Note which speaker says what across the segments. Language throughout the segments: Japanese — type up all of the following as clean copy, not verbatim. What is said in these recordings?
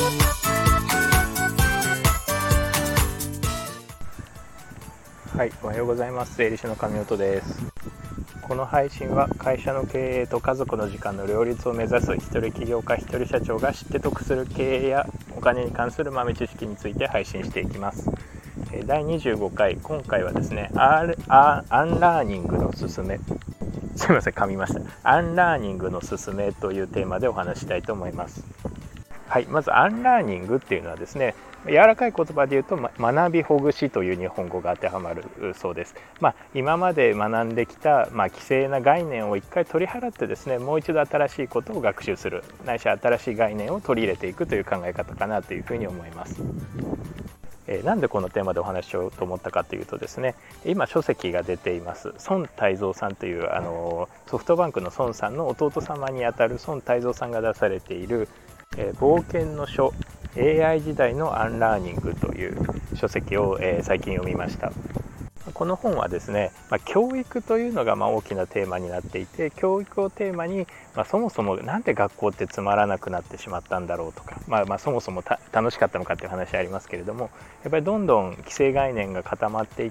Speaker 1: はい、おはようございます。税理士の神音です。この配信は会社の経営と家族の時間の両立を目指す一人起業家一人社長が知って得する経営やお金に関する豆知識について配信していきます。第25回、今回はですね、アンラーニングのすすめ、すいません噛みました。アンラーニングのすすめというテーマでお話したいと思います。はい、まずアンラーニングっていうのはですね、柔らかい言葉で言うと学びほぐしという日本語が当てはまるそうです。今まで学んできた既成な概念を一回取り払ってですね、もう一度新しいことを学習する、ないし新しい概念を取り入れていくという考え方かなというふうに思います。なんでこのテーマでお話ししようと思ったかというとですね、今書籍が出ています孫泰造さんというソフトバンクの孫さんの弟様にあたる孫泰造さんが出されている冒険の書 AI 時代のアンラーニングという書籍を最近読みました。この本はですね、教育というのが大きなテーマになっていて、教育をテーマに、そもそもなんで学校ってつまらなくなってしまったんだろうとか、そもそも楽しかったのかっていう話ありますけれども、やっぱりどんどん既成概念が固まっていって、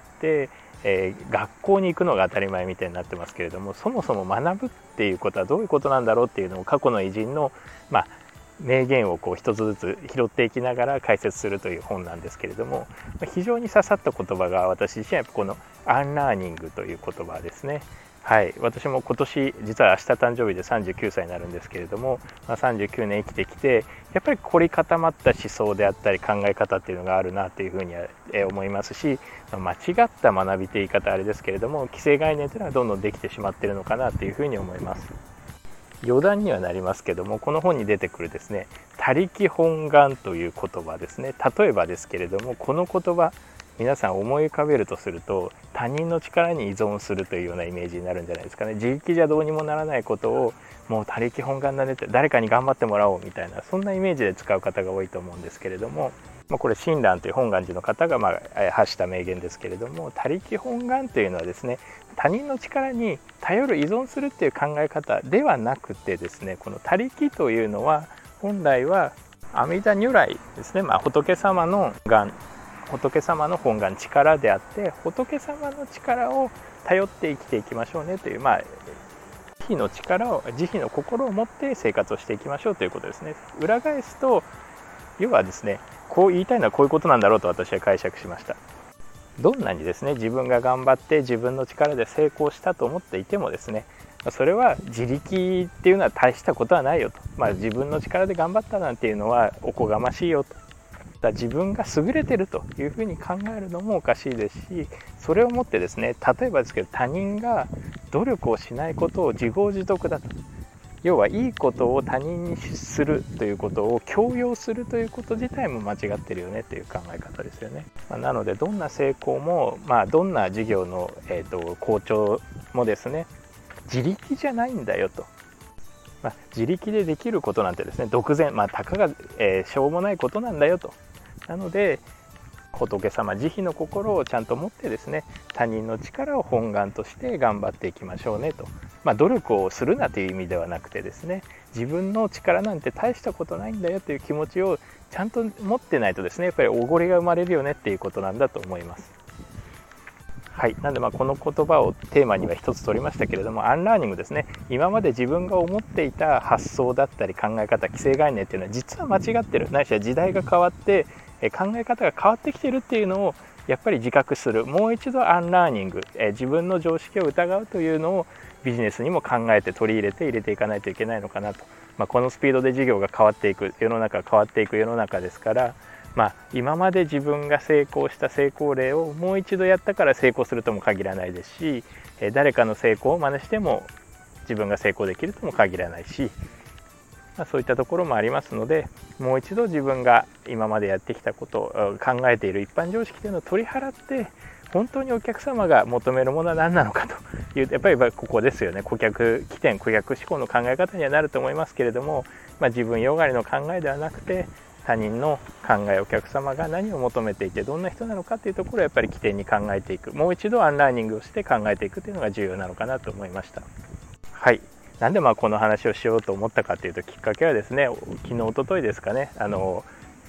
Speaker 1: 学校に行くのが当たり前みたいになってますけれども、そもそも学ぶっていうことはどういうことなんだろうっていうのを過去の偉人の名言を一つずつ拾っていきながら解説するという本なんですけれども、非常に刺さった言葉が私自身はこのアンラーニングという言葉ですね。はい、私も今年実は明日誕生日で39歳になるんですけれども、39年生きてきてやっぱり凝り固まった思想であったり考え方っていうのがあるなというふうには思いますし、間違った学びという言い方あれですけれども、既成概念というのはどんどんできてしまっているのかなというふうに思います。余談にはなりますけども、この本に出てくるですね、他力本願という言葉ですね。例えばですけれども、この言葉皆さん思い浮かべるとすると、他人の力に依存するというようなイメージになるんじゃないですかね。自力じゃどうにもならないことをもう他力本願だねって、誰かに頑張ってもらおうみたいな、そんなイメージで使う方が多いと思うんですけれども、これ親鸞という本願寺の方が発した名言ですけれども、他力本願というのはですね、他人の力に頼る依存するっていう考え方ではなくてですね、この他力というのは本来は阿弥陀如来ですね、仏様の本願力であって、仏様の力を頼って生きていきましょうねという、慈悲の心を持って生活をしていきましょうということですね。裏返すと、要はですね、こう言いたいのはこういうことなんだろうと私は解釈しました。どんなにですね、自分が頑張って自分の力で成功したと思っていてもですね、それは自力っていうのは大したことはないよと、自分の力で頑張ったなんていうのはおこがましいよと、自分が優れてるというふうに考えるのもおかしいですし、それをもってですね、例えばですけど、他人が努力をしないことを自業自得だと、要はいいことを他人にするということを強要するということ自体も間違ってるよねという考え方ですよね。なのでどんな成功も、どんな事業の、好調もですね、自力じゃないんだよと、自力でできることなんてですね、独善、たかが、しょうもないことなんだよと。なので仏様慈悲の心をちゃんと持ってですね、他人の力を本願として頑張っていきましょうねと、努力をするなという意味ではなくてですね、自分の力なんて大したことないんだよという気持ちをちゃんと持ってないとですね、やっぱりおごりが生まれるよねっていうことなんだと思います。はい、なんでこの言葉をテーマには一つ取りましたけれども、アンラーニングですね、今まで自分が思っていた発想だったり考え方、既成概念っていうのは実は間違ってる、ないしは時代が変わって考え方が変わってきてるっていうのをやっぱり自覚する、もう一度アンラーニング、自分の常識を疑うというのをビジネスにも考えて取り入れていかないといけないのかなと、このスピードで事業が変わっていく世の中ですから、今まで自分が成功した成功例をもう一度やったから成功するとも限らないですし、誰かの成功を真似しても自分が成功できるとも限らないし、そういったところもありますので、もう一度自分が今までやってきたことを考えている一般常識というのを取り払って、本当にお客様が求めるものは何なのかという、やっぱりここですよね。顧客起点、顧客思考の考え方にはなると思いますけれども、自分よがりの考えではなくて、他人の考え、お客様が何を求めていてどんな人なのかというところをやっぱり起点に考えていく、もう一度アンラーニングをして考えていくというのが重要なのかなと思いました。はい、なんでこの話をしようと思ったかというと、きっかけはですね、昨日一昨日ですかね、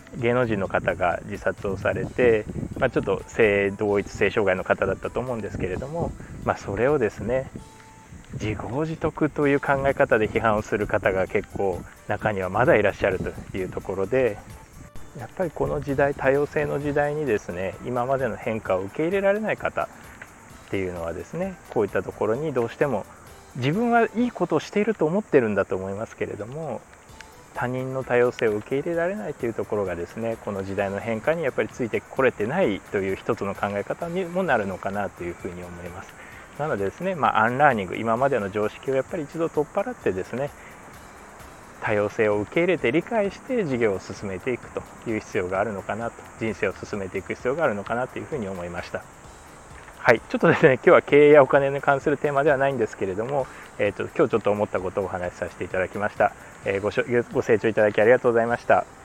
Speaker 1: 芸能人の方が自殺をされて、ちょっと性同一性障害の方だったと思うんですけれども、それをですね自業自得という考え方で批判をする方が結構中にはまだいらっしゃるというところで、やっぱりこの時代、多様性の時代にですね今までの変化を受け入れられない方っていうのはですね、こういったところにどうしても自分はいいことをしていると思ってるんだと思いますけれども、他人の多様性を受け入れられないというところがですね、この時代の変化にやっぱりついてこれてないという一つの考え方にもなるのかなというふうに思います。なのでですね、アンラーニング、今までの常識をやっぱり一度取っ払ってですね、多様性を受け入れて理解して事業を進めていくという必要があるのかなと、人生を進めていく必要があるのかなというふうに思いました。はい、ちょっとですね今日は経営やお金に関するテーマではないんですけれども、今日ちょっと思ったことをお話しさせていただきました。ご清聴いただきありがとうございました。